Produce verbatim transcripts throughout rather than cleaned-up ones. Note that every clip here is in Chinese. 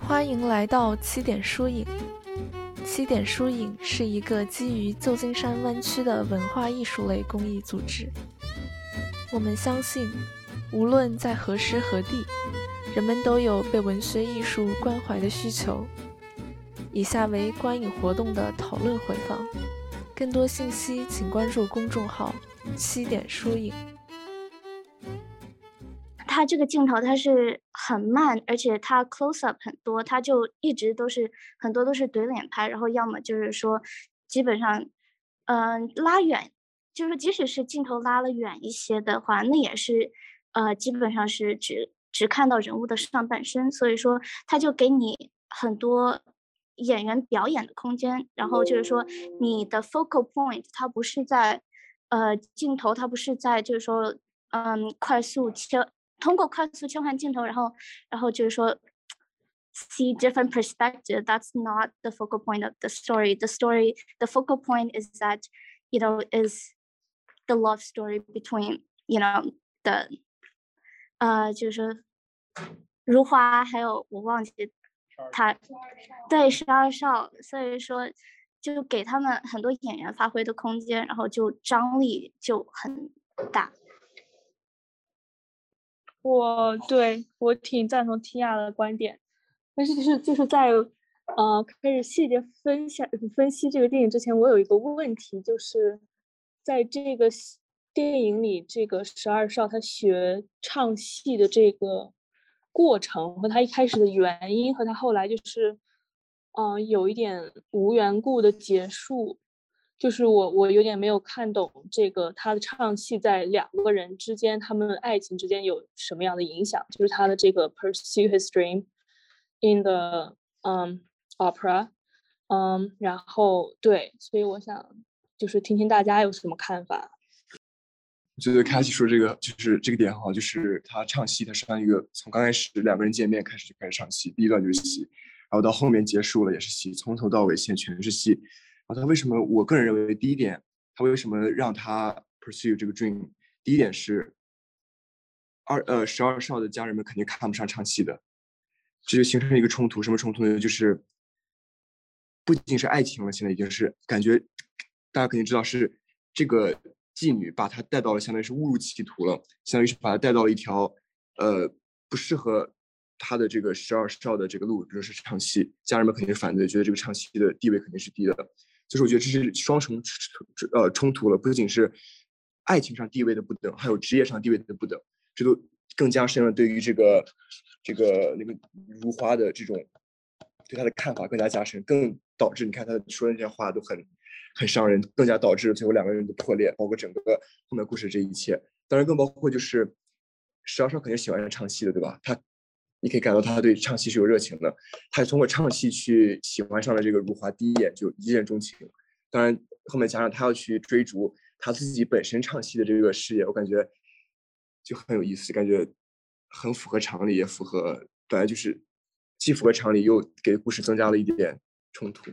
欢迎来到七点书影。七点书影是一个基于旧金山湾区的文化艺术类公益组织。我们相信，无论在何时何地，人们都有被文学艺术关怀的需求。以下为观影活动的讨论回放，更多信息请关注公众号七点书影。 它这个镜头它是很慢，而且它 close up 很多，它就一直都是很多都是怼脸拍，然后要么就是说基本上嗯、呃、拉远，就是即使是镜头拉了远一些的话，那也是呃基本上是只只看到人物的上半身，所以说它就给你很多演员表演的空间，然后就是说你的 focal point 它不是在呃镜头，它不是在就是说嗯快速切通过快速切换镜头，然后然后就是说 see different perspective. That's not the focal point of the story. The story, the focal point is that, you know, is the love story between, you know, the 呃就是如花还有我忘记他对十二少，所以说就给他们很多演员发挥的空间，然后就张力就很大。 我对我挺赞同 Tia 的观点，但是就是就是在呃开始细节分享分析这个电影之前，我有一个问题，就是在这个电影里，这个十二少他学唱戏的这个过程和他一开始的原因，和他后来就是嗯、呃、有一点无缘故的结束。就是我我有点没有看懂这个他的唱戏在两个人之间，他们爱情之间有什么样的影响，就是他的这个 pursue his dream in the um opera 嗯，然后对，所以我想就是听听大家有什么看法。 我觉得凯西说这个就是这个点很好，就是他唱戏，他是一个从刚开始两个人见面开始就开始唱戏，第一段就是戏，然后到后面结束了也是戏，从头到尾现在全是戏。然后他为什么？我个人认为，第一点，他为什么让他 pursue 这个 dream？ 第一点是二呃十二少的家人们肯定看不上唱戏的，这就形成一个冲突。什么冲突呢？就是不仅是爱情了，现在已经是感觉大家肯定知道是这个妓女把他带到了相当于是误入歧途了，相当于是把他带到了一条呃不适合他的这个十二少的这个路，比如说是唱戏，家人们肯定是反对，觉得这个唱戏的地位肯定是低的。就是我觉得这是双重呃冲突了，不仅是爱情上地位的不等，还有职业上地位的不等，这都更加深了对于这个这个那个如花的这种对他的看法更加加深，更导致你看他说的那些话都很很伤人，更加导致最后两个人的破裂，包括整个后面故事这一切。当然更包括就是十二少肯定是喜欢唱戏的，对吧？他你可以感到他对唱戏是有热情的，他通过唱戏去喜欢上了这个如花，第一眼就一见钟情。当然后面加上他要去追逐他自己本身唱戏的这个事业，我感觉就很有意思，感觉很符合常理，也符合本来就是既符合常理，又给故事增加了一点冲突。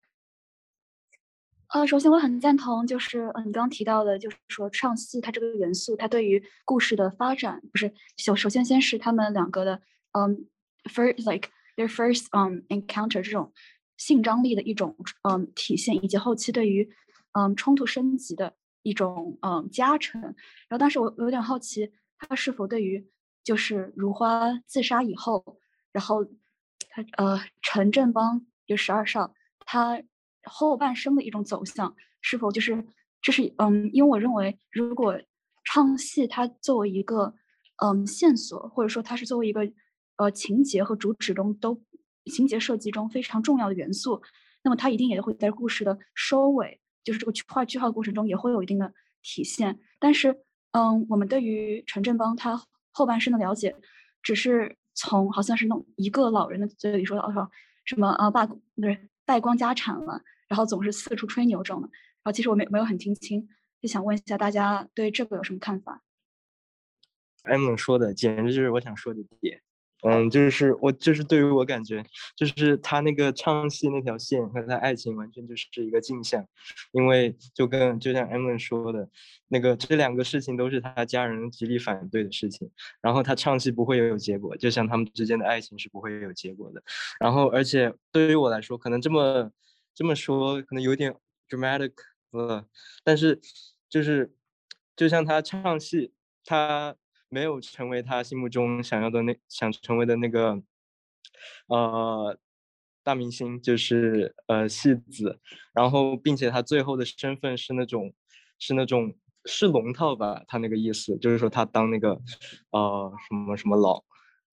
呃，首先我很赞同，就是嗯，你刚刚提到的，就是说唱戏它这个元素，它对于故事的发展，不是首首先先是他们两个的，嗯，first like their first um encounter 这种性张力的一种嗯体现，以及后期对于嗯冲突升级的一种嗯加成。然后，但是我有点好奇，他是否对于就是如花自杀以后，然后他呃陈振邦就十二少他后半生的一种走向，是否就是这是嗯，因为我认为如果唱戏它作为一个嗯线索，或者说它是作为一个呃情节和主旨中都情节设计中非常重要的元素，那么它一定也会在故事的收尾，就是这个画句号的过程中也会有一定的体现。但是嗯，我们对于陈振邦他后半生的了解，只是从好像是那种一个老人的嘴里说到说什么啊败不是败光家产了，然后总是四处吹牛这种的。然后其实我没没有很听清，就想问一下大家对这个有什么看法？ 艾蒙说的简直就是我想说的点， 嗯，就是我就是对于我感觉，就是他那个唱戏那条线和他爱情完全就是一个镜像，因为就跟就像 Emily 说的，那个这两个事情都是他家人极力反对的事情，然后他唱戏不会有结果，就像他们之间的爱情是不会有结果的。然后而且对于我来说，可能这么这么说可能有点 dramatic 了，但是就是就像他唱戏，他没有成为他心目中想要的那想成为的那个呃大明星，就是呃戏子，然后并且他最后的身份是那种是那种是龙套吧，他那个意思就是说他当那个呃什么什么老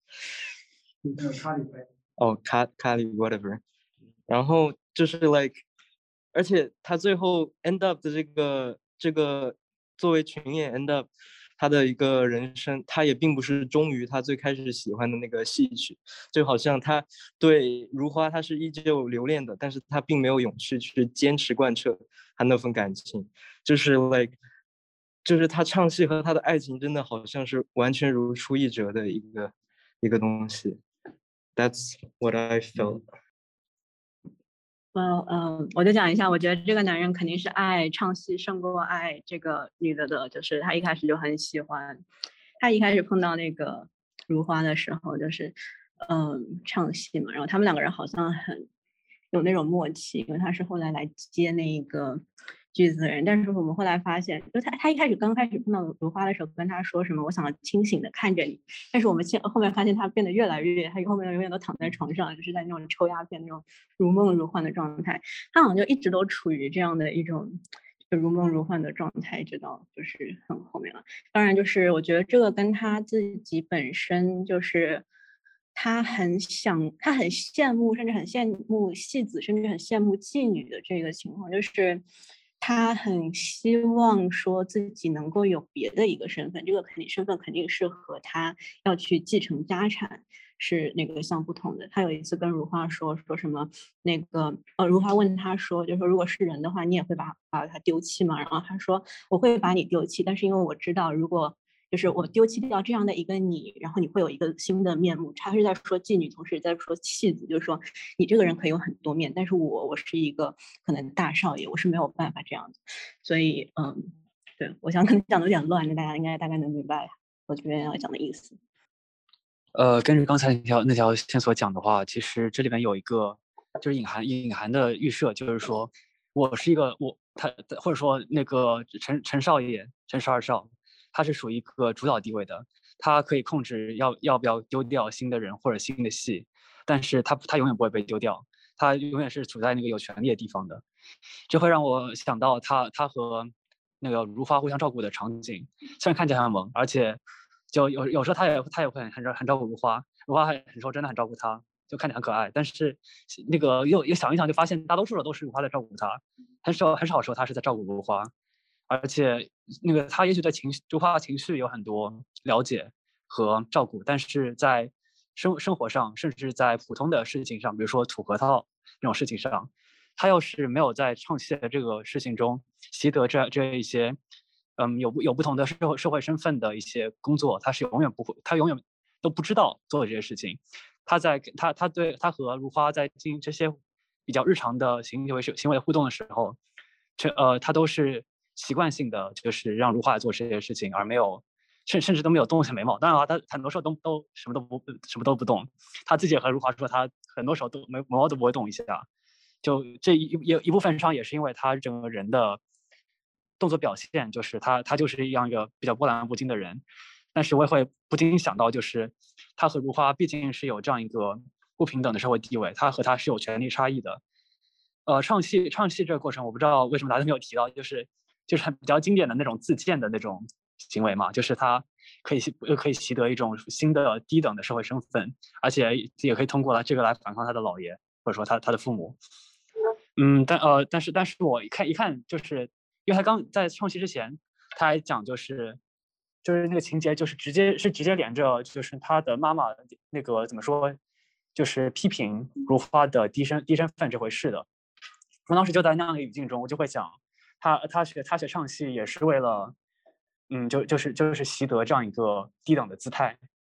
哦卡卡里 whatever，然后就是 like， 而且他最后 end up 的这个这个作为群演 end up 他的一个人生，他也并不是忠于他最开始喜欢的那个戏曲，就好像他对如花他是依旧留恋的，但是他并没有勇气去坚持贯彻他那份感情，就是 like， 就是他唱戏和他的爱情真的好像是完全如出一辙的一个一个东西。That's what I felt. 我嗯，我就讲一下，我觉得这个男人肯定是爱唱戏胜过爱这个女的的，就是他一开始就很喜欢，他一开始碰到那个如花的时候，就是嗯唱戏嘛，然后他们两个人好像很有那种默契，因为他是后来来接那个句子的人，但是我们后来发现，就他他一开始刚开始碰到如花的时候，跟他说什么我想清醒的看着你，但是我们现后面发现他变得越来越，他后面永远都躺在床上，就是在那种抽鸦片那种如梦如幻的状态，他好像就一直都处于这样的一种就如梦如幻的状态，直到就是很后面了。当然就是我觉得这个跟他自己本身就是他很想他很羡慕甚至很羡慕戏子甚至很羡慕妓女的这个情况，就是他很希望说自己能够有别的一个身份，这个肯定身份肯定是和他要去继承家产是那个相不同的。他有一次跟如花说说什么那个呃，如花问他说，就说如果是人的话，你也会把把他丢弃吗？然后他说我会把你丢弃，但是因为我知道如果就是我丢弃掉这样的一个你，然后你会有一个新的面目。他是在说妓女，同时也在说戏子，就是说你这个人可以有很多面，但是我我是一个可能大少爷，我是没有办法这样子。所以嗯，对，我想可能讲的有点乱，那大家应该大概能明白我这边要讲的意思。 呃，根据刚才那条那条线索讲的话，其实这里面有一个就是隐含隐含的预设，就是说我是一个我他或者说那个陈陈少爷陈十二少。他是属于一个主导地位的，他可以控制要要不要丢掉新的人或者新的戏，但是他他永远不会被丢掉，他永远是处在那个有权利的地方的。这会让我想到他他和那个如花互相照顾的场景，虽然看起来很萌，而且就有有时候他也他也会很很很照顾如花，如花很很说真的很照顾他，就看起来很可爱。但是那个又又想一想，就发现大多数的都是如花在照顾他，很少很少说他是在照顾如花。而且那个他也许对情绪如花情绪有很多了解和照顾，但是在生生活上，甚至在普通的事情上，比如说吐核桃这种事情上，他要是没有在唱戏的这个事情中习得这这一些，嗯，有有不同的社会社会身份的一些工作，他是永远不会，他永远都不知道做这些事情。他在他他对他和如花在进行这些比较日常的行为行为互动的时候，这呃他都是习惯性的就是让如花做这些事情，而没有甚甚至都没有动一下眉毛。当然了，他很多时候都都什么都不什么都不动。他自己也和如花说，他很多时候都眉毛都不会动一下。就这一一一部分上也是因为他整个人的动作表现，就是他他就是一样一个比较波澜不惊的人。但是我也会不禁想到，就是他和如花毕竟是有这样一个不平等的社会地位，他和他是有权利差异的。呃，唱戏唱戏这个过程，我不知道为什么大家没有提到，就是就是很比较经典的那种自荐的那种行为嘛，就是他可以可以习得一种新的低等的社会身份，而且也可以通过这个来反抗他的姥爷或者说他他的父母。嗯，但呃，但是但是我一看一看，就是因为他刚在唱戏之前，他还讲就是就是那个情节就是直接是直接连着就是他的妈妈那个怎么说，就是批评如花的低身低身份这回事的。我当时就在那样的语境中，我就会想，他他学他学唱戏也是为了，嗯，就就是就是习得这样一个低等的姿态。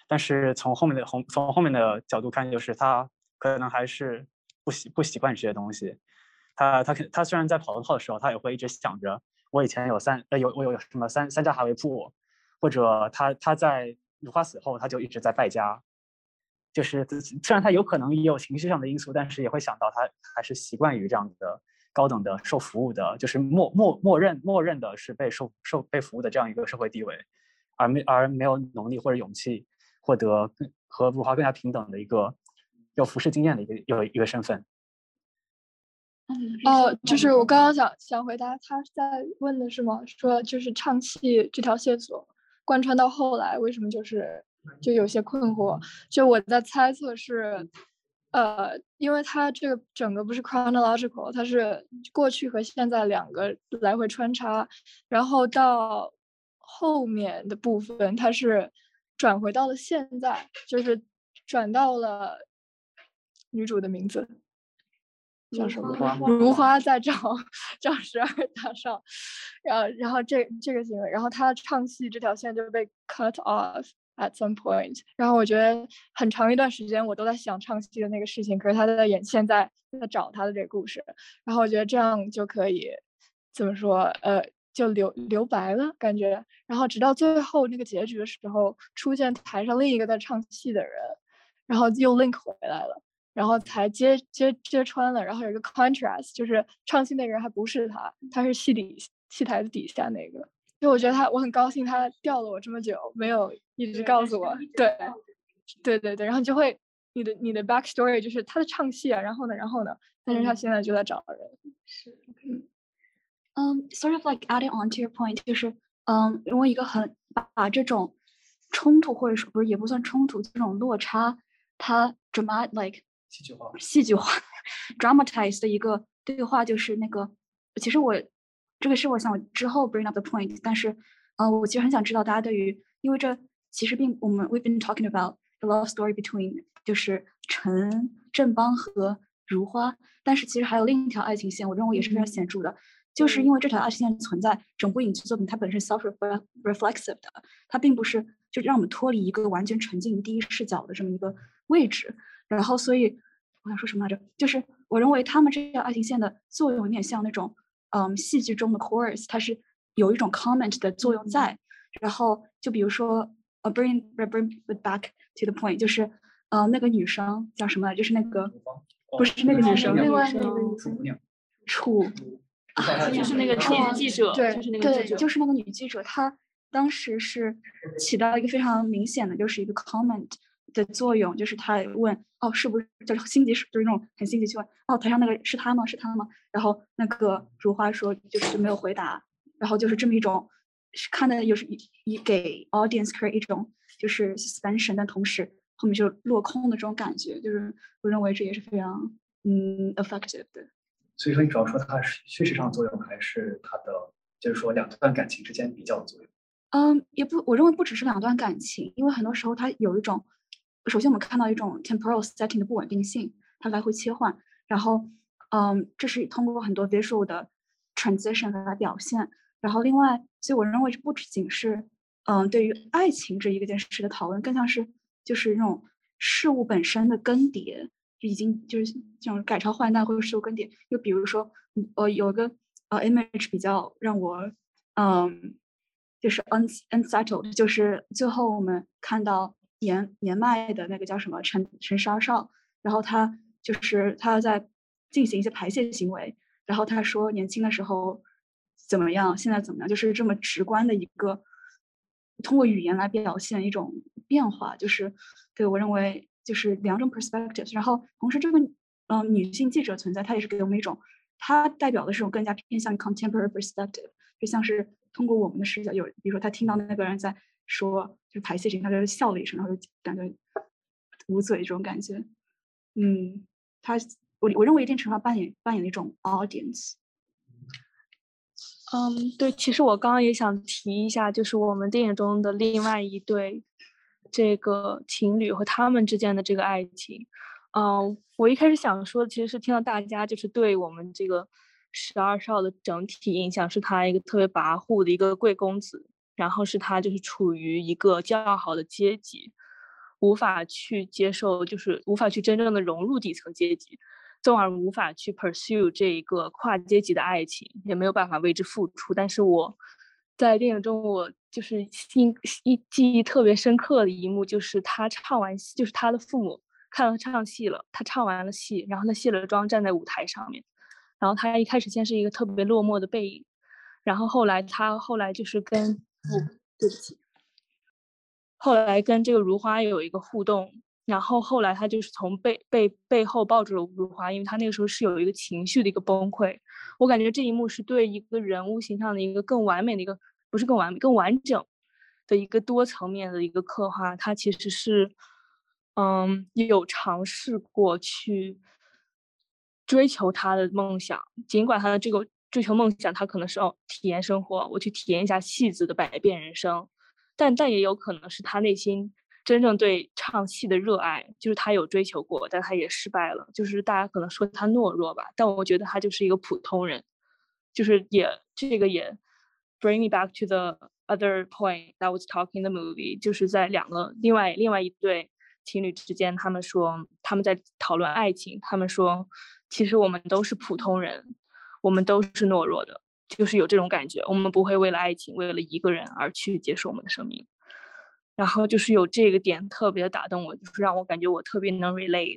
但是从后面的从从后面的角度看，就是他可能还是不习不习惯这些东西。他他他虽然在跑龙套的时候，他也会一直想着我以前有三呃有我有什么三三家海为铺，或者他他在如花死后他就一直在败家。就是虽然他有可能也有情绪上的因素，但是也会想到他还是习惯于这样的高等的受服务的，就是默默默认默认的是被受受被服务的这样一个社会地位，而没而没有能力或者勇气获得和如花更加平等的一个有服侍经验的一个有一个身份。 哦，就是我刚刚想想回答他在问的是吗？说就是唱戏这条线索贯穿到后来，为什么就是就有些困惑？就我在猜测是，呃，因为它这个整个不是 chronological， 它是过去和现在两个来回穿插，然后到后面的部分它是转回到了现在，就是转到了女主的名字。叫什么？如花在找找十二大少，然后然后这这个行为，然后他唱戏这条线就被 cut off at some point。然后我觉得很长一段时间我都在想唱戏的那个事情，可是他在演现在在找他的这个故事。然后我觉得这样就可以怎么说？呃，就留留白了感觉。然后直到最后那个结局的时候，出现台上另一个在唱戏的人，然后又 link 回来了。然后才揭揭揭穿了，然后有一个 contrast， 就是唱戏那个人还不是他，他是戏底戏台子底下那个。就我觉得他，我很高兴他吊了我这么久，没有一直告诉我。对，对对对，然后就会你的你的 backstory 就是他的唱戏啊，然后呢，然后呢，但是他现在就在找人。 是，嗯、um, ，sort of like adding on to your point， 就是嗯，因为一个很把把这种冲突或者说不是也不算冲突，这种落差，它 dramatic like。 戏剧化， 戏剧化 ，dramatize 的一个对话就是那个，其实我这个是我想之后 bring up the point， 但是，呃，我其实很想知道大家对于，因为这其实并我们 we've been talking about the love story between 就是陈振邦和如花，但是其实还有另一条爱情线，我认为也是非常显著的，嗯、就是因为这条爱情线存在，整部影剧作品它本身 self reflexive 的，它并不是就让我们脱离一个完全沉浸于第一视角的这么一个位置。然后，所以我想说什么来着？就是我认为他们这条爱情线的作用有点像那种，嗯，戏剧中的 chorus， 它是有一种 comment 的作用在。然后，就比如说，呃 ，bring bring it back to the point， 就是，呃，那个女生叫什么来？就是那个，不是那个女生， 另外那个女生， 楚， 就是那个女记者， 对， 就是那个记者， 就是那个女记者，她当时是起到一个非常明显的，就是一个 comment。的作用就是他问哦是不是就是心急就是那种很心急去问哦台上那个是他吗是他吗然后那个如花说就是没有回答然后就是这么一种看的又是以给 audience create 一种就是 suspension 但同时后面就落空的这种感觉就是我认为这也是非常嗯 effective 的。 所以说你主要说它是叙事上的作用还是它的就是说两段感情之间比较的作用？ 嗯也不我认为不只是两段感情因为很多时候它有一种首先我们看到一种 temporal setting 的不稳定性它来回切换然后嗯，这是通过很多 visual 的 transition 来表现然后另外所以我认为这不仅是嗯对于爱情这一件事的讨论更像是就是那种事物本身的更迭就已经就是这种改朝换代或者事物更迭就比如说呃有一个呃 image 比较让我嗯就是 unsettled 就是最后我们看到年年迈的那个叫什么陈陈十二少，然后他就是他在进行一些排泄行为，然后他说年轻的时候怎么样，现在怎么样，就是这么直观的一个通过语言来表现一种变化，就是对我认为就是两种 perspectives， 然后同时这个嗯、呃、女性记者存在，她也是给我们一种，她代表的是种更加偏向于 contemporary perspective， 就像是通过我们的视角，有比如说她听到那个人在。说就是排泄型，他就笑了一声，然后就感觉捂嘴这种感觉。嗯，他我我认为一定程度上扮演扮演了一种 audience。 嗯，对，其实我刚刚也想提一下，就是我们电影中的另外一对这个情侣和他们之间的这个爱情。嗯，我一开始想说的其实是听到大家就是对我们这个十二少的整体印象是他一个特别跋扈的一个贵公子。然后是他就是处于一个较好的阶级， 无法去接受，就是无法去真正的融入底层阶级，纵而无法去 pursue 这一个跨阶级的爱情，也没有办法为之付出。但是我在电影中，我就是印一记忆特别深刻的一幕，就是他唱完戏，就是他的父母看了唱戏了，他唱完了戏，然后他卸了妆站在舞台上面，然后他一开始先是一个特别落寞的背影，然后后来他后来就是跟不对不起。后来跟这个如花有一个互动，然后后来他就是从背背背后抱住了如花，因为他那个时候是有一个情绪的一个崩溃。我感觉这一幕是对一个人物形象的一个更完美的一个，不是更完美，更完整的一个多层面的一个刻画。他其实是，嗯，有尝试过去追求他的梦想，尽管他的这个追求梦想，他可能是哦体验生活，我去体验一下戏子的百变人生。但但也有可能是他内心真正对唱戏的热爱，就是他有追求过，但他也失败了。就是大家可能说他懦弱吧，但我觉得他就是一个普通人。就是也这个也 bring me back to the other point that was talking in the movie， 就是在两个另外另外一对情侣之间，他们说他们在讨论爱情，他们说其实我们都是普通人，我们都是懦弱的。就是有这种感觉，我们不会为了爱情，为了一个人而去结束我们的生命。然后就是有这个点特别打动我，就是让我感觉我特别能 relate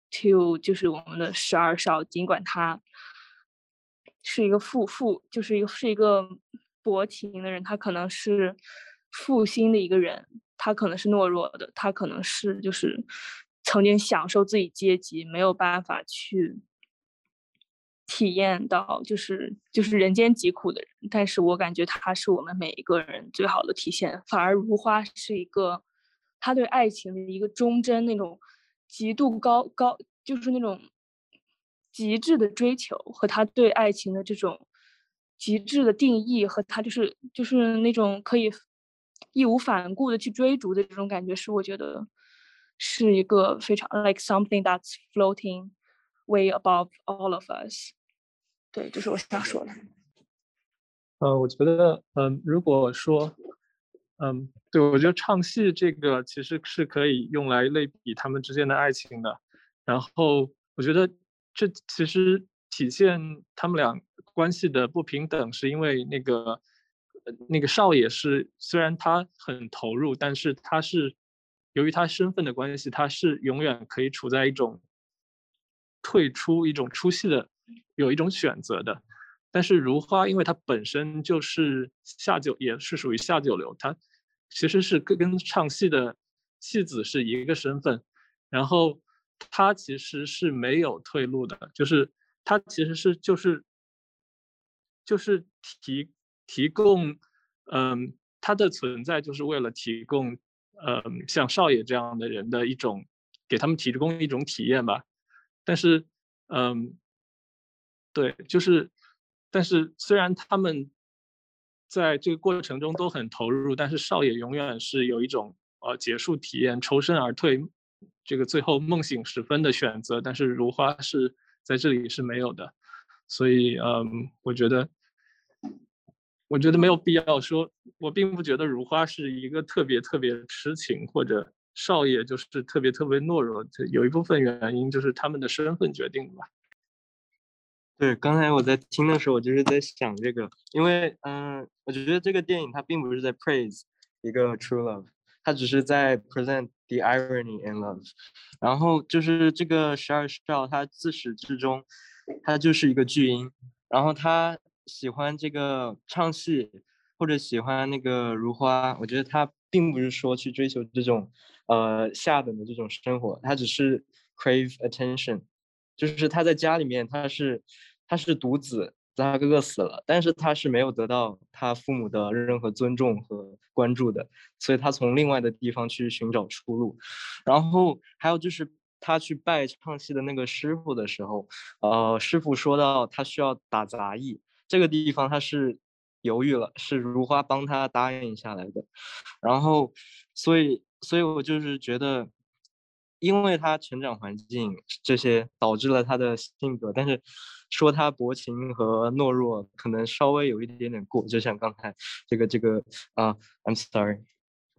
to 就是我们的十二少，尽管他是一个负负，就是一个是一个薄情的人，他可能是负心的一个人，他可能是懦弱的，他可能是就是曾经享受自己阶级，没有办法去体验到就是就是人间疾苦的人，但是我感觉他是我们每一个人最好的体现。反而如花是一个他对爱情的一个忠贞，那种极度高高就是那种极致的追求，和他对爱情的这种极致的定义，和他就是就是那种可以义无反顾的去追逐的这种感觉，是我觉得是一个非常 like something that's floating way above all of us。对，这是我想说的。 呃，我觉得，嗯、呃，如果说，嗯，对，我觉得唱戏这个其实是可以用来类比他们之间的爱情的。然后，我觉得这其实体现他们俩关系的不平等，是因为那个呃那个少爷是虽然他很投入，但是他是由于他身份的关系，他是永远可以处在一种退出、一种出戏的。有一种选择的，但是如花，因为她本身就是下九，也是属于下九流，她其实是跟跟唱戏的戏子是一个身份，然后她其实是没有退路的，就是她其实是就是就是提提供，嗯，她的存在就是为了提供，嗯，像少爷这样的人的一种，给他们提供一种体验吧，但是，嗯。对，就是，但是虽然他们在这个过程中都很投入，但是少爷永远是有一种呃结束体验、抽身而退，这个最后梦醒时分的选择，但是如花是在这里是没有的，所以嗯，我觉得，我觉得没有必要说，我并不觉得如花是一个特别特别痴情，或者少爷就是特别特别懦弱，有一部分原因就是他们的身份决定的吧。 对，刚才我在听的时候，我就是在想这个，因为嗯、呃，我觉得这个电影它并不是在 praise 一个 true love， 它只是在 present the irony in love。然后就是这个十二少，他自始至终，他就是一个巨婴，然后他喜欢这个唱戏或者喜欢那个如花，我觉得他并不是说去追求这种呃下等的这种生活，他只是 crave attention。就是他在家里面，他是他是独子，他哥哥死了，但是他是没有得到他父母的任何尊重和关注的，所以他从另外的地方去寻找出路。然后还有就是他去拜唱戏的那个师傅的时候，呃，师傅说到他需要打杂役，这个地方他是犹豫了，是如花帮他答应下来的。然后，所以，所以我就是觉得。因为他成长环境这些导致了他的性格，但是说他薄情和懦弱，可能稍微有一点点过。就像刚才这个这个啊、uh, ，I'm sorry，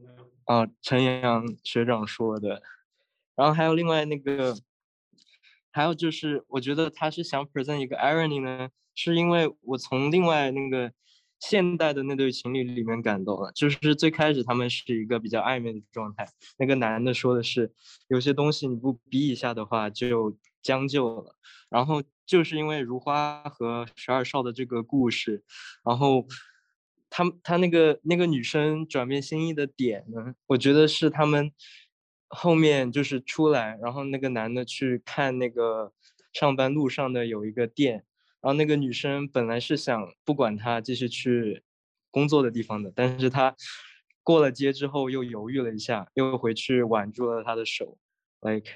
啊陈阳学长说的。然后还有另外那个，还有就是我觉得他是想 present 一个 irony 呢，是因为我从另外那个现代的那对情侣里面感动了，就是最开始他们是一个比较暧昧的状态，那个男的说的是有些东西你不逼一下的话就将就了，然后就是因为如花和十二少的这个故事，然后他他那个那个女生转变心意的点呢，我觉得是他们后面就是出来，然后那个男的去看那个上班路上的有一个店，然后那个女生本来是想不管他继续去工作的地方的，但是他过了街之后又犹豫了一下，又回去挽住了他的手 ，like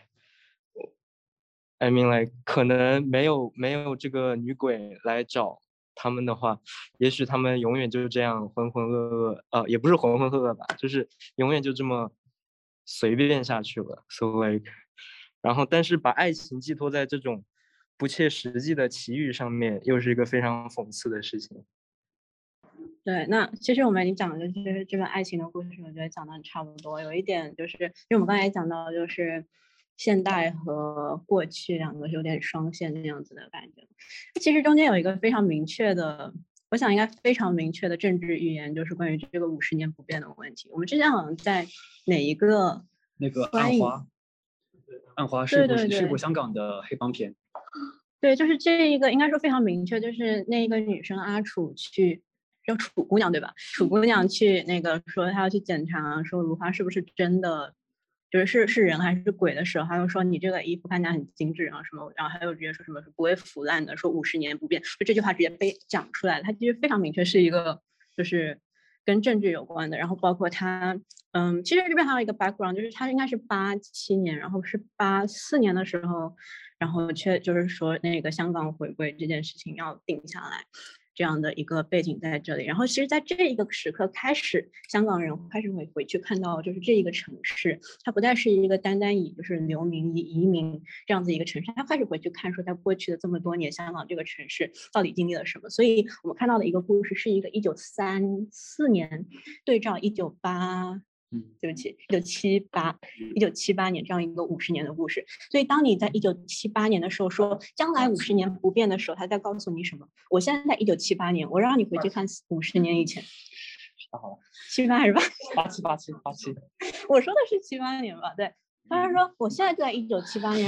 I mean like 可能没有没有这个女鬼来找他们的话，也许他们永远就是这样浑浑噩噩，呃，也不是浑浑噩噩吧，就是永远就这么随便下去了。So like，然后但是把爱情寄托在这种不切实际的奇遇上面，又是一个非常讽刺的事情。 对，那其实我们已经讲的就是这个爱情的故事，我觉得讲的差不多。有一点就是，因为我们刚才也讲到，就是现代和过去两个是有点双线那样子的感觉。其实中间有一个非常明确的，我想应该非常明确的政治预言，就是关于这个五十年不变的问题。我们之前好像在哪一个那个暗花，暗花是一部对对对是一部香港的黑帮片。 对，就是这一个应该说非常明确，就是那个女生阿楚去。叫楚姑娘对吧？楚姑娘去那个说她要去检查，说如花是不是真的，就是是是人还是鬼的时候，她又说你这个衣服看起来很精致，然后什么，然后还有直接说什么是不会腐烂的，说五十年不变，就这句话直接被讲出来了。她其实非常明确是一个就是跟政治有关的，然后包括她，嗯，其实这边还有一个 background， 就是她应该是八七年，然后是八四年的时候，然后却就是说那个香港回归这件事情要定下来。这样的一个背景在这里，然后其实在这一个时刻开始，香港人开始会回去看到，就是这一个城市，它不再是一个单单以就是流民以移民这样子一个城市，它开始回去看说，在过去的这么多年，香港这个城市到底经历了什么。所以我们看到的一个故事是一个一九三四年对照一九八。对不起，一九七八，一九七八年这样一个五十年的故事。所以，当你在一九七八年的时候说将来五十年不变的时候，他在告诉你什么？我现在在一九七八年，我让你回去看五十年以前。 好， 七八还是八？ 八七八七八七。 我说的是七八年吧？对。他说我现在就在一九七八年，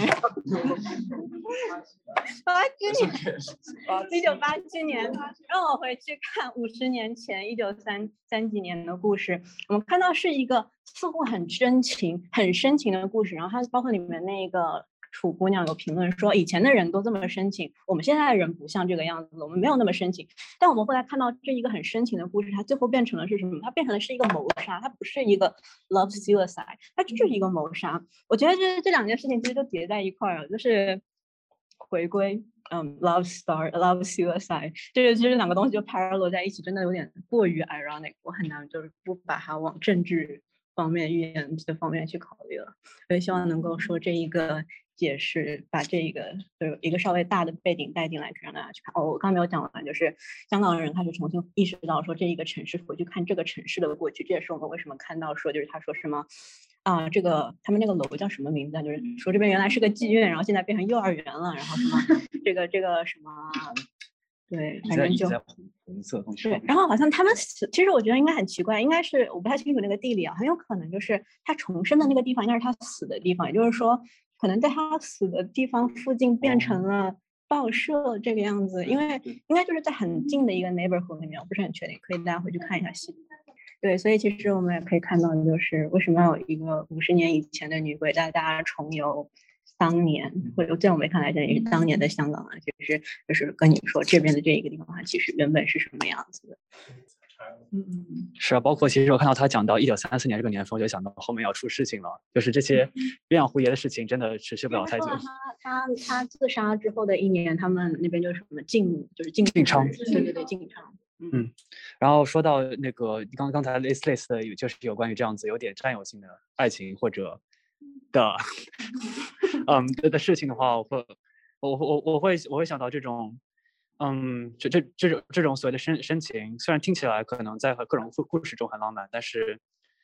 八七年，一九八七年，让我回去看五十年前一九三三几年的故事。我们看到是一个似乎很真情、很深情的故事，然后它包括里面那个楚姑娘有评论说，以前的人都这么深情，我们现在的人不像这个样子，我们没有那么深情。但我们后来看到这一个很深情的故事，它最后变成了是什么？它变成了是一个谋杀，它不是一个 love suicide， 它就是一个谋杀。我觉得这这两件事情其实都叠在一块儿了，就是回归，嗯 ，love star love suicide， 这个其实两个东西就 parallel 在一起，真的有点过于 ironic， 我很难就是不把它往政治方面、预言这方面去考虑了。所以希望能够说这一个解释，把这一个就是一个稍微大的背景带进来，让大家去看。哦，我刚没有讲完，就是香港人开始重新意识到说这一个城市回去看这个城市的过去，这也是我们为什么看到说就是他说什么啊，这个他们那个楼叫什么名字？就是说这边原来是个妓院，然后现在变成幼儿园了，然后什么这个这个什么。对，反正就红色东西。 对，然后好像他们死，其实我觉得应该很奇怪，应该是我不太清楚那个地理啊，很有可能就是他重生的那个地方应该是他死的地方，也就是说，可能在他死的地方附近变成了报社这个样子，因为应该就是在很近的一个 neighborhood 里面，我不是很确定，可以大家回去看一下戏。对，所以其实我们也可以看到，就是为什么有一个五十年以前的女鬼带大家重游。当年，或者在我们看来，这里是当年的香港啊，其实就是跟你说这边的这一个地方，它其实原本是什么样子的。 嗯嗯，是啊，包括其实我看到他讲到一九三四年这个年份，我就想到后面要出事情了，就是这些鸳鸯蝴蝶的事情真的持续不了太久。 他他他自杀之后的一年，他们那边就是什么禁，就是禁禁娼， 对对对，禁娼。 嗯, 嗯，然后说到那个刚刚才类似类似的，就是有关于这样子有点占有性的爱情或者。的，嗯的事情的话，我会，我我我会我会想到这种，嗯，这这这种这种所谓的深深情，虽然听起来可能在各种故故事中很浪漫，但是，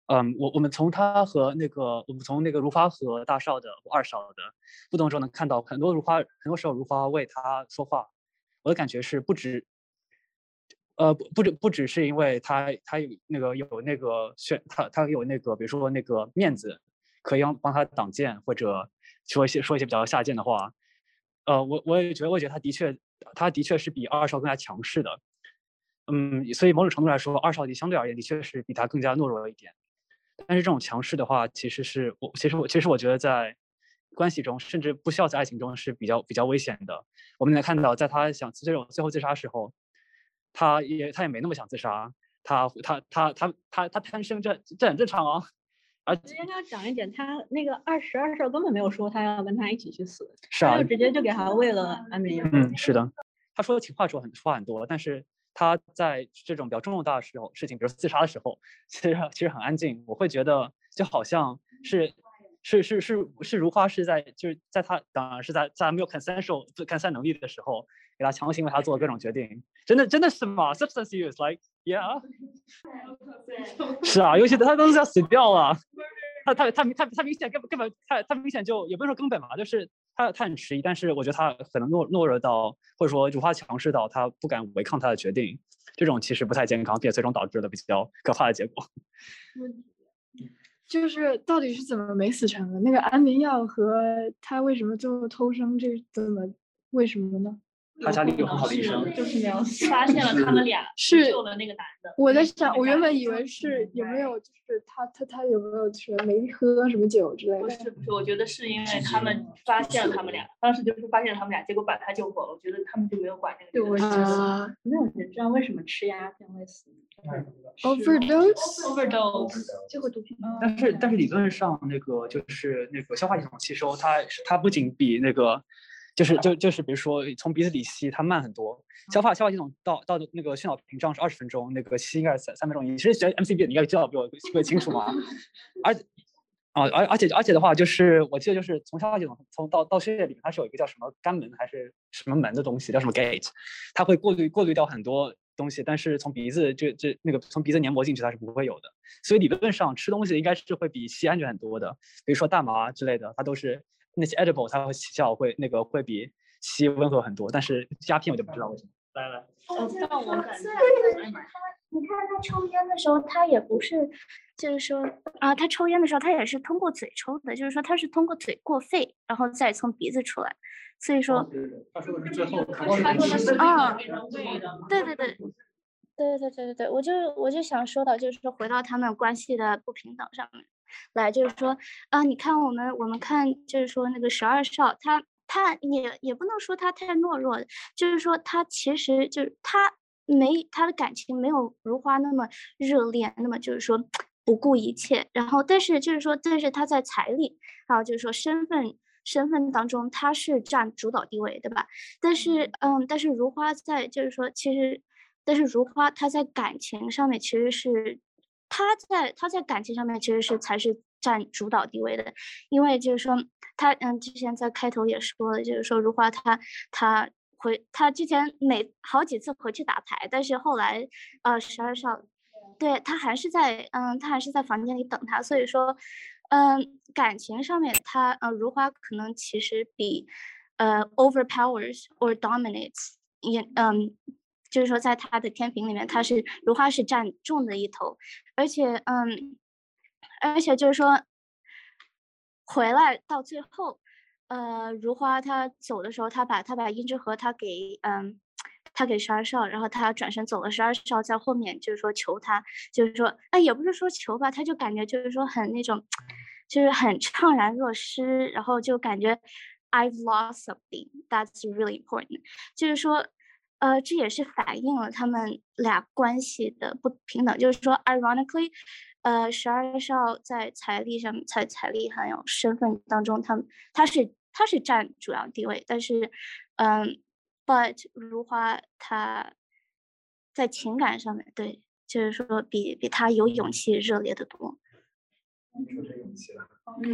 嗯，我我们从他和那个我们从那个如花和大少的二少的互动中能看到很多如花，很多时候如花为他说话，我的感觉是不止。呃，不不只不只是因为他他有那个有那个选他他有那个比如说那个面子，可以让帮他挡箭或者说一些说一些比较下贱的话，呃，我我也觉得我觉得他的确他的确是比二少更加强势的，嗯，所以某种程度来说，二少的相对而言的确是比他更加懦弱一点，但是这种强势的话，其实是我其实我其实我觉得在关系中，甚至不需要在爱情中是比较比较危险的。我们能看到，在他想这种最后自杀的时候。他也他也没那么想自杀，他他他他他他贪生这这很正常啊。而直接跟他讲一点，他那个二十二少根本没有说他要跟他一起去死， 是啊， 就直接就给他喂了安眠药。 嗯，是的，他说情话说很话很多，但是他在这种比较重大的时候事情，比如自杀的时候，其实其实很安静。我会觉得就好像是。是是是是如花是在就是在他当然是在在没有 consensual consent 能力的时候，给他强行为他做各种决定，真的真的是吗 ？Substance use like yeah， 是啊，尤其他当时要死掉了，他他他他他明显根本根本他他明显就也不是说根本嘛，就是他他很迟疑，但是我觉得他可能懦懦弱到或者说如花强势到他不敢违抗他的决定，这种其实不太健康，并且最终导致了比较可怕的结果。 就是到底是怎么没死成的？那个安眠药和他为什么最后偷生，这怎么为什么呢？ 他家里有很好的医生， 就是没有发现了他们俩是救了那个男的。 我在想，我原本以为是有没有，就是他他他有没有说没喝什么酒之类的？ 不是不是，我觉得是因为他们发现了他们俩，当时就是发现了他们俩，结果把他救活了。我觉得他们就没有管这个。 对，我觉得没有人知道为什么吃鸦片会死。 overdose，overdose， 这个毒品。 但是但是理论上那个就是那个消化系统吸收，它它不仅比那个。就是就就是比如说从鼻子里吸它慢很多，消化消化系统到到那个血脑屏障是二十分钟，那个吸应该是三三分钟。你其实学 M C B 你应该知道比我会清楚嘛。而啊而而且而且的话，就是我记得就是从消化系统从到到血液里面，它是有一个叫什么肝门还是什么门的东西，叫什么 gate， 它会过滤过滤掉很多东西，但是从鼻子这这那个从鼻子黏膜进去它是不会有的。所以理论上吃东西应该是会比吸安全很多的，比如说大麻之类的，它都是。那些 edible 它会起效会那个会比吸温和很多，但是鸦片我就不知道为什么。来来， 哦，虽然你看他，你看他抽烟的时候，他也不是，就是说啊，他抽烟的时候他也是通过嘴抽的，就是说他是通过嘴过肺，然后再从鼻子出来，所以说， 他说的是最后， 他说的是啊，对对对。对对对对对，我就我就想说到，就是说回到他们关系的不平等上面来，就是说啊，你看我们我们看就是说那个十二少，他他也也不能说他太懦弱，就是说他其实就是他没他的感情没有如花那么热烈，那么就是说不顾一切，然后但是就是说但是他在财力还有就是说身份。身份当中，他是占主导地位，对吧？但是，嗯，但是如花在，就是说，其实，但是如花她在感情上面其实是，她在她在感情上面其实是才是占主导地位的，因为就是说，她嗯之前在开头也说了，就是说如花她她回她之前每好几次回去打牌，但是后来呃十二少，对她还是在嗯她还是在房间里等他，所以说。嗯，感情上面，他呃，如花可能其实比呃 overpowers or dominates， 也嗯，就是说在他的天平里面，他是如花是占重的一头，而且嗯，而且就是说回来到最后，呃，如花他走的时候，他把他把胭脂盒他给嗯。他给十二少，然后他转身走了。十二少在后面就是说求他，就是说，哎，也不是说求吧，他就感觉就是说很那种，就是很怅然若失，然后就感觉 I've lost something that's really important， 就是说，呃，这也是反映了他们俩关系的不平等。就是说 ，ironically， 呃，十二少在财力上，在财力还有身份当中，他们他是他是占主要地位，但是，嗯。But 如花她在情感上面，对，就是说比比他有勇气热烈的多。 说这勇气了。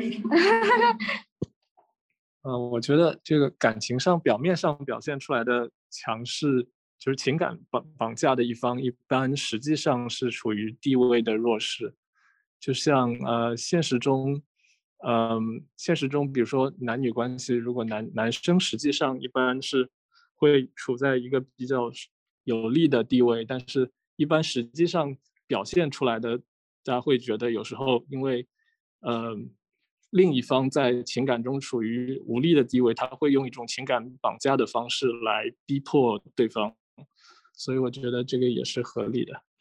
嗯，我觉得这个感情上表面上表现出来的强势，就是情感绑绑架的一方，一般实际上是处于地位的弱势。 就像呃现实中，嗯、呃，现实中比如说男女关系，如果男男生实际上一般是会处在一个比较有利的地位，但是一般实际上表现出来的，大家会觉得有时候因为呃另一方在情感中处于无力的地位，他会用一种情感绑架的方式来逼迫对方，所以我觉得这个也是合理的。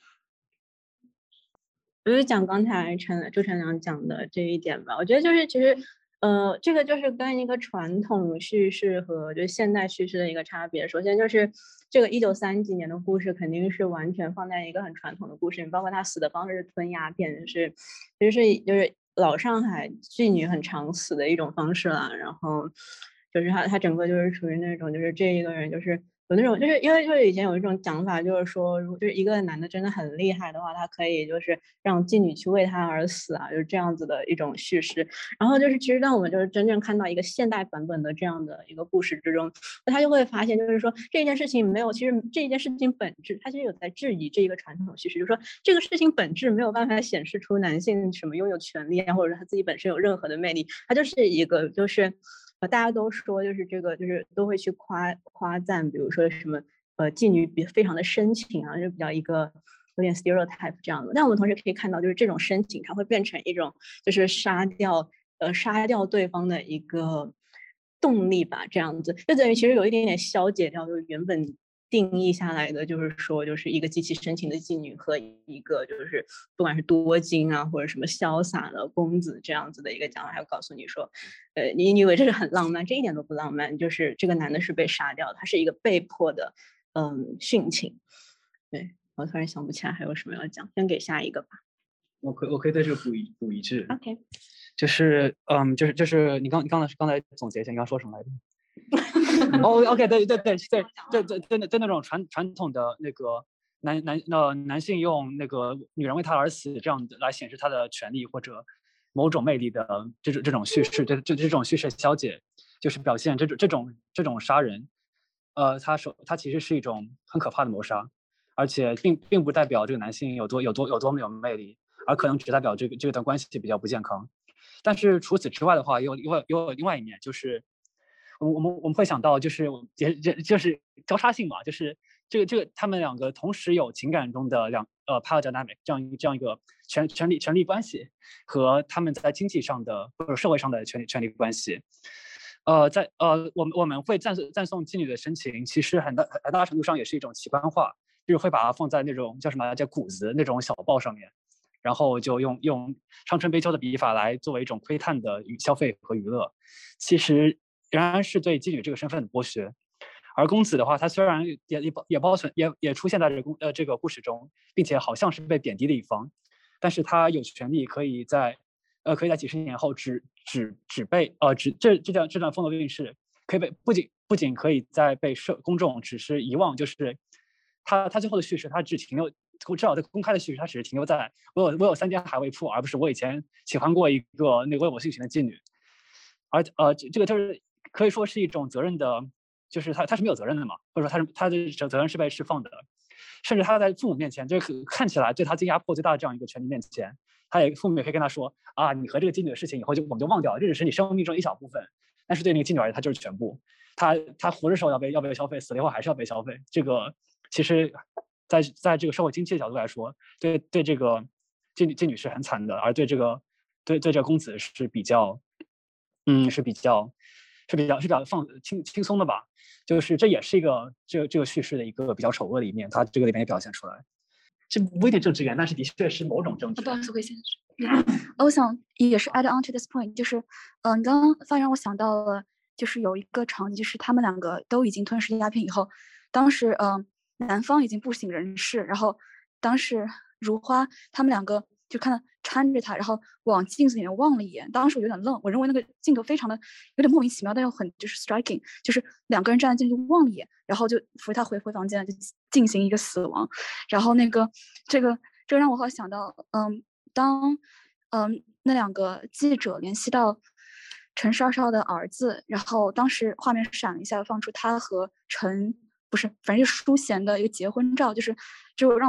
就是讲刚才陈周晨良讲的这一点吧，我觉得就是其实，呃，这个就是跟一个传统叙事和就是现代叙事的一个差别。首先就是这个一九三几年的故事肯定是完全放在一个很传统的故事，包括他死的方式是吞鸦片，就是就是就是老上海妓女很常死的一种方式了。然后就是他他整个就是属于那种就是这一个人就是。有那种就是因为就是以前有一种讲法，就是说，如果就是一个男的真的很厉害的话，他可以就是让妓女去为他而死啊，就是这样子的一种叙事。然后就是其实当我们就是真正看到一个现代版本的这样的一个故事之中，他就会发现，就是说这件事情没有，其实这件事情本质，他其实有在质疑这一个传统叙事，就是说这个事情本质没有办法显示出男性什么拥有权利啊，或者是他自己本身有任何的魅力，他就是一个就是。呃，大家都说就是这个，就是都会去夸夸赞，比如说什么呃妓女比非常的深情啊，就比较一个有点 stereotype 这样的。但我们同时可以看到，就是这种深情，它会变成一种就是杀掉呃杀掉对方的一个动力吧，这样子就等于其实有一点点消解掉，就是原本定义下来的，就是说就是一个极其深情的妓女和一个就是不管是多金啊或者什么潇洒的公子这样子的一个讲法，还有告诉你说，呃，你以为这是很浪漫，这一点都不浪漫，就是这个男的是被杀掉，他是一个被迫的，嗯，殉情。对，我突然想不起来还有什么要讲，先给下一个吧。 我可我可以对这个补一补一句。 OK， 就是嗯，就是就是你刚你刚才刚才总结一下，你刚说什么来着？哦 ，OK， 对对对对对对对对，那种传传统的那个男男呃男性用那个女人为他而死这样来显示他的权利或者某种魅力的这种这种叙事，这这这种叙事消解，就是表现这种这种这种杀人，呃，他手他其实是一种很可怕的谋杀，而且并并不代表这个男性有多有多有多么有魅力，而可能只代表这个这段关系比较不健康。但是除此之外的话，有有有另外一面就是。我们我们会想到，就是也就就是交叉性嘛，就是这个这个他们两个同时有情感中的两呃 power dynamic 这样这样一个权权力权力关系，和他们在经济上的或者社会上的权力权力关系。呃，在呃我们我们会赞赞颂妓女的深情，其实很大很大程度上也是一种奇观化，就是会把它放在那种叫什么叫谷子那种小报上面，然后就用用伤春悲秋的笔法来作为一种窥探的消费和娱乐，其实。仍然是对妓女这个身份的剥削，而公子的话，他虽然也也也保存也也出现在这个呃这个故事中，并且好像是被贬低的一方，但是他有权利可以在呃可以在几十年后只只只被呃只这这段这段风流韵事可以被不仅不仅可以在被社公众只是遗忘，就是他他最后的叙事，他只停留至少在公开的叙事，他只是停留在我有我有三间海未铺，而不是我以前喜欢过一个那个为我性情的妓女，而呃这这个就是。可以说是一种责任的，就是他他是没有责任的嘛，或者说他是他的责任是被释放的，甚至他在父母面前，就是看起来对他最压迫最大的这样一个权利面前，他也父母也可以跟他说啊，你和这个妓女的事情以后就我们就忘掉了，这只是你生命中一小部分，但是对那个妓女而言，他就是全部。他他活着时候要被要被消费，死了以后还是要被消费。这个其实在在这个社会经济的角度来说，对对这个妓女妓女是很惨的，而对这个对对这个公子是比较嗯是比较。是比较是比较放轻轻松的吧，就是这也是一个这个这个叙事的一个比较丑恶的一面，它这个里面也表现出来。这不一定政治源，但是的确是某种政治。 不好意思，会先我想也是 add on to this point， 就是，嗯、呃，你刚刚发现让我想到了，就是有一个场景，就是他们两个都已经吞噬鸦片以后，当时嗯、呃，男方已经不省人事，然后当时如花他们两个就看到搀着他，然后往镜子里面望了一眼，当时我有点愣，我认为那个镜头非常的有点莫名其妙，但又很就是 striking， 就是两个人站在镜子望了一眼，然后就扶他回回房间就进行一个死亡，然后那个这个这个让我好想到，嗯，当嗯那两个记者联系到陈少少的儿子，然后当时画面闪了一下，放出他和陈不是反正就是淑贤的一个结婚照，就是就让我想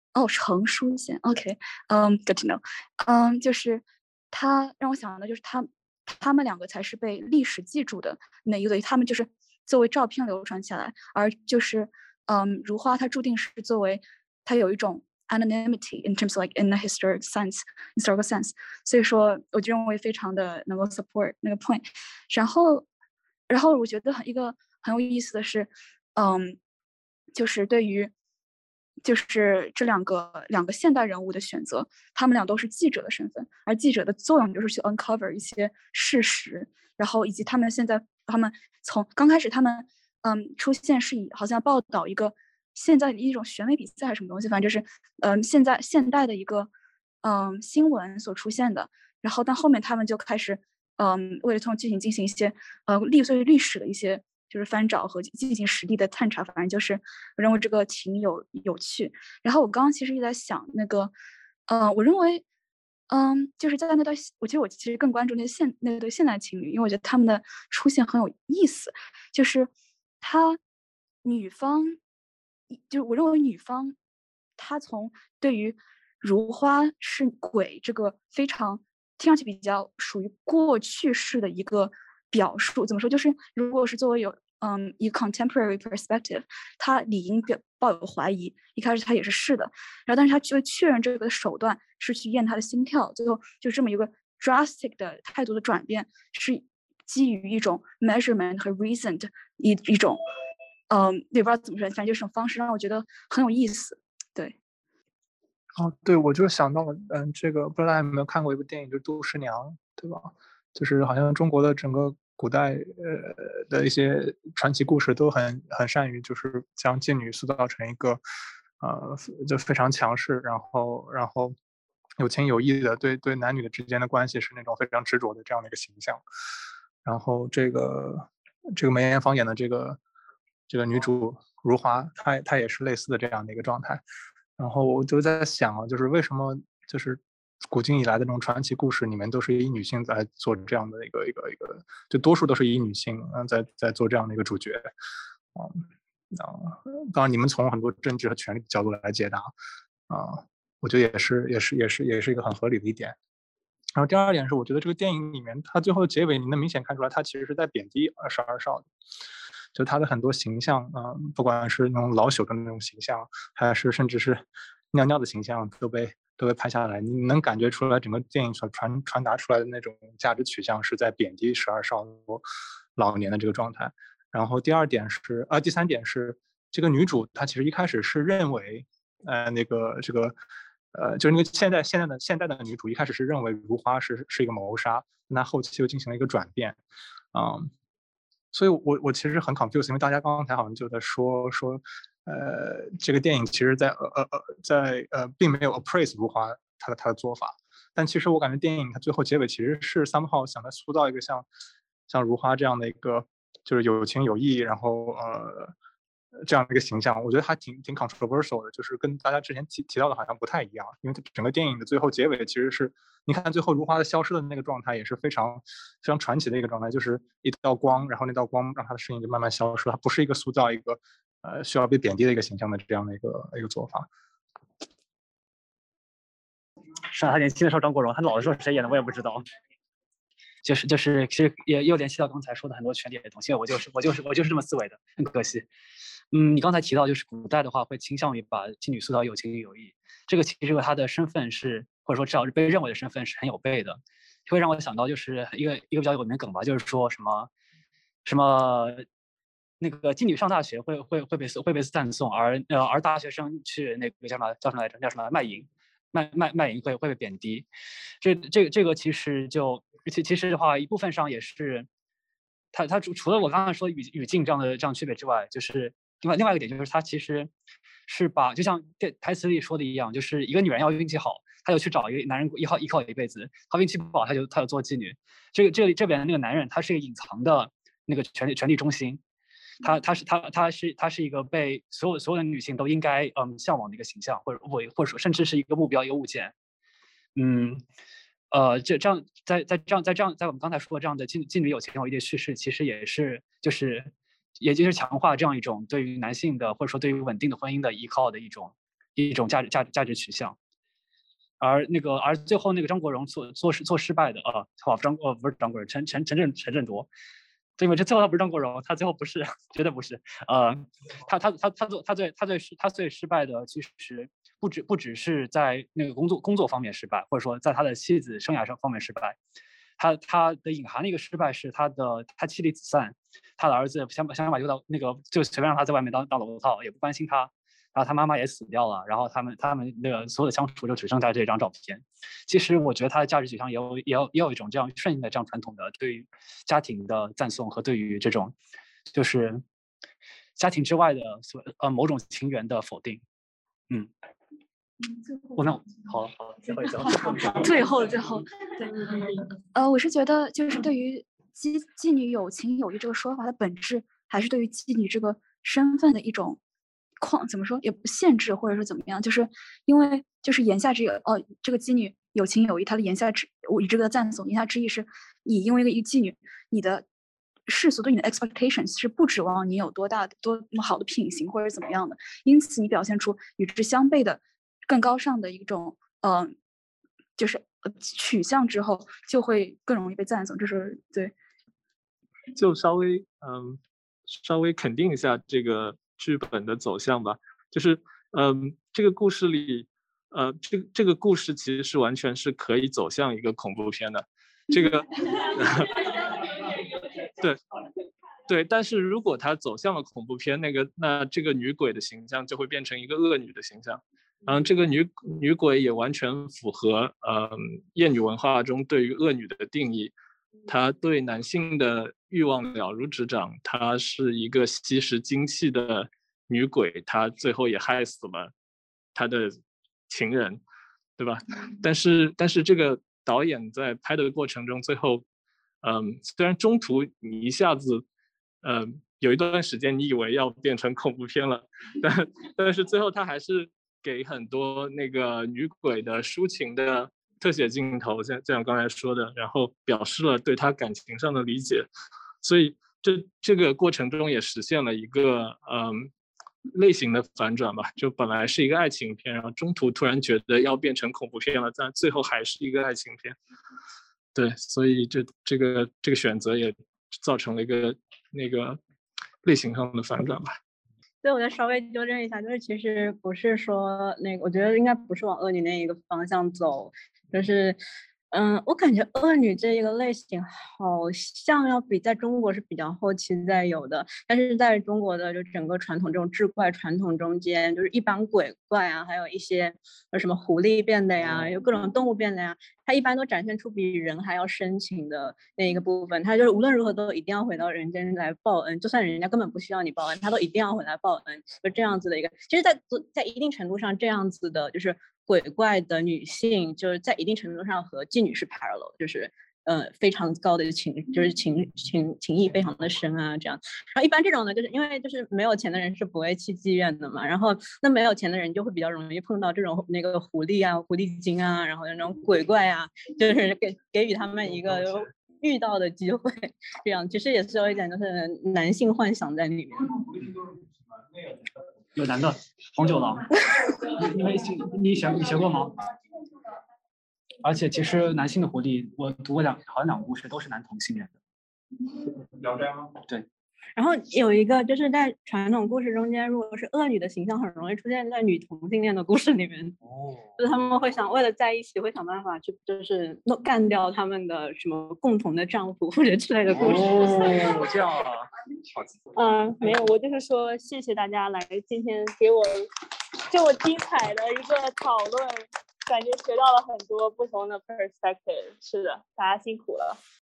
哦，程书贤，OK，嗯、um,，good to know， 嗯、um,，就是他让我想到就是他他们两个才是被历史记住的那一对，他们就是作为照片流传下来，而就是嗯，如花它注定是作为它有一种 anonymity in terms of like in a historic sense historical sense， 所以说我就认为非常的能够 support 那个 point， 然后然后我觉得很一个很有意思的是，嗯，就是对于。就是这两个两个现代人物的选择，他们俩都是记者的身份，而记者的作用就是去 uncover 一些事实，然后以及他们现在他们从刚开始他们嗯出现是以好像报道一个现在的一种选美比赛还是什么东西，反正就是嗯现在现代的一个嗯新闻所出现的，然后但后面他们就开始嗯为了从剧情进行一些呃历对历史的一些。就是翻找和进行实地的探查，反正就是我认为这个挺有有趣。然后我刚刚其实也在想那个，呃，我认为，嗯，就是在那对，我觉得我其实更关注那现那对现代情侣，因为我觉得他们的出现很有意思。就是他女方，就是我认为女方，她从对于如花是鬼这个非常听上去比较属于过去式的一个。表述怎么说？就是如果是作为有嗯以 contemporary perspective， 他理应表抱有怀疑。一开始他也是是的，然后但是他就确认这个手段是去验他的心跳，最后就这么一个 drastic 的态度的转变，是基于一种 measurement 和 reason 的一一种嗯也不知道怎么说，反正就是这种方式让我觉得很有意思。对。 哦，对，我就想到了，嗯，这个不知道大家有没有看过一部电影，就是《杜十娘》，对吧？就是好像中国的整个古代呃的一些传奇故事都很很善于就是将妓女塑造成一个呃就非常强势，然后然后有情有义的对对男女的之间的关系是那种非常执着的这样的一个形象。然后这个这个梅艳芳演的这个这个女主如花，她她也是类似的这样的一个状态。然后我就在想啊，就是为什么就是古今以来的这种传奇故事里面都是以女性在做这样的一个一个一个，就多数都是以女性嗯在在做这样的一个主角，啊、嗯、啊，当然你们从很多政治和权力的角度来解答，啊，我觉得也是也是也是也是一个很合理的一点。然后第二点是，我觉得这个电影里面，它最后的结尾，你能明显看出来，它其实是在贬低二十二少的，就它的很多形象啊、呃，不管是那种老朽的那种形象，还是甚至是尿尿的形象，都被都被拍下来。你能感觉出来，整个电影所传传达出来的那种价值取向是在贬低十二少老年的这个状态。然后第二点是，啊、呃，第三点是，这个女主她其实一开始是认为，呃，那个这个。呃，就是那个现在现在的现代的女主一开始是认为如花是是一个谋杀，那后期又进行了一个转变，嗯，所以我我其实很 confused， 因为大家刚才好像就在说说，呃，这个电影其实在呃呃呃在呃并没有 appraise 如花她的她的做法，但其实我感觉电影它最后结尾其实是 somehow 想来塑造一个像像如花这样的一个就是有情有义，然后呃。这样的一个形象，我觉得还挺挺 controversial 的，就是跟大家之前提提到的好像不太一样，因为整个电影的最后结尾其实是，你看最后如花的消失的那个状态也是非常非常传奇的一个状态，就是一道光，然后那道光让他的身影就慢慢消失，它不是一个塑造一个呃需要被贬低的一个形象的这样的一个一个做法。 是啊，他年轻的时候张国荣，他老的时候谁演的我也不知道。就是就是，其实也又联系到刚才说的很多权力的东西，我就是我就是我就是这么思维的，很可惜。嗯，你刚才提到就是古代的话会倾向于把妓女塑造有情有义，这个其实和她的身份是或者说至少是被认为的身份是很有悖的，会让我想到就是一个一个比较有名的梗吧，就是说什么什么那个妓女上大学会会会被会被赞颂，而呃而大学生去那个叫什么叫什么来着叫什么卖淫。卖卖卖淫会会被贬低，这这个这个其实就其其实的话，一部分上也是，它它除除了我刚才说语语境这样的这样区别之外，就是另外另外一个点就是它其实是把就像电台词里说的一样，就是一个女人要运气好，她就去找一个男人依靠依靠一辈子，她运气不好，她就她就做妓女。这个这里这边那个男人，他是一个隐藏的那个权力权力中心。他他是他他是他是一个被所有所有的女性都应该嗯向往的一个形象，或者或或者说甚至是一个目标一个物件，嗯，呃，这这样在在这样在这样在我们刚才说的这样的妓妓女有情有义的叙事，其实也是就是也就是强化这样一种对于男性的或者说对于稳定的婚姻的依靠的一种一种价值价值价值取向。而那个而最后那个张国荣做做失做失败的啊，好张呃不是张国荣，陈陈陈振陈振铎。对，因为这最后他不是张国荣，他最后不是，绝对不是。呃，他他他他做他最他最他最失败的，其实不只不只是在那个工作工作方面失败，或者说在他的妻子生涯上方面失败。他他的隐含的一个失败是他的他妻离子散，他的儿子想把想把就到那个就随便让他在外面当当楼套，也不关心他。然后他妈妈也死掉了，然后他们他们那个所有的相处就只剩下这张照片。其实我觉得他的价值取向也有也有也有一种这样顺应的这样传统的对于家庭的赞颂和对于这种就是家庭之外的所呃某种情缘的否定。嗯，我那好好最后一张， 最后最后对，呃，我是觉得就是对于妓妓女有情有义这个说法的本质，还是对于妓女这个身份的一种。框怎么说也不限制，或者说怎么样，就是因为就是言下之意，哦，这个妓女有情有义，她的言下之我以这个赞颂，言下之意是你因为一个妓女，你的世俗对你的 expectations 是不指望你有多大多么好的品行或者怎么样的，因此你表现出与之相悖的更高尚的一种呃，就是呃取向之后，就会更容易被赞颂。这是对， 就稍微嗯稍微肯定一下这个剧本的走向吧，就是嗯，这个故事里，呃，这这个故事其实是完全是可以走向一个恐怖片的，这个，对，对，但是如果它走向了恐怖片，那个那这个女鬼的形象就会变成一个恶女的形象，然后这个女女鬼也完全符合呃厌女文化中对于恶女的定义。她对男性的欲望了如指掌，她是一个吸食精气的女鬼，她最后也害死了她的情人，对吧？但是但是这个导演在拍的过程中，最后，嗯，虽然中途你一下子，嗯，有一段时间你以为要变成恐怖片了，但但是最后他还是给很多那个女鬼的抒情的特写镜头，像像刚才说的，然后表示了对他感情上的理解，所以这这个过程中也实现了一个嗯类型的反转吧，就本来是一个爱情片，然后中途突然觉得要变成恐怖片了，但最后还是一个爱情片。对，所以这这个这个选择也造成了一个那个类型上的反转吧。 对，我再稍微纠正一下，就是其实不是说那个，我觉得应该不是往恶女那一个方向走，就是，嗯，我感觉恶女这一个类型好像要比在中国是比较后期在有的，但是在中国的就整个传统这种志怪传统中间，就是一般鬼怪啊，还有一些有什么狐狸变的呀，有各种动物变的呀，它一般都展现出比人还要深情的那一个部分，它就是无论如何都一定要回到人间来报恩，就算人家根本不需要你报恩，他都一定要回来报恩，就这样子的一个。其实在，在一定程度上，这样子的就是鬼怪的女性，就是在一定程度上和妓女是 parallel， 就是。呃，非常高的情，就是情情情谊非常的深啊，这样。然后一般这种呢，就是因为就是没有钱的人是不会去妓院的嘛，然后那没有钱的人就会比较容易碰到这种那个狐狸啊、狐狸精啊，然后那种鬼怪啊，就是给给予他们一个遇到的机会，这样其实也是有一点就是男性幻想在里面。 有男的红酒狼，因为你学你学过吗？而且其实男性的狐狸，我读过两好像两个故事，都是男同性恋的。 聊斋吗？ 对。 然后有一个就是在传统故事中间，如果是恶女的形象，很容易出现在女同性恋的故事里面。哦。就是他们会想为了在一起，会想办法去就是弄干掉他们的什么共同的丈夫或者之类的故事。 哦，这样啊。 嗯，没有，我就是说谢谢大家来今天给我这么精彩的一个讨论。感觉学到了很多不同的 perspective， 是的，大家辛苦了。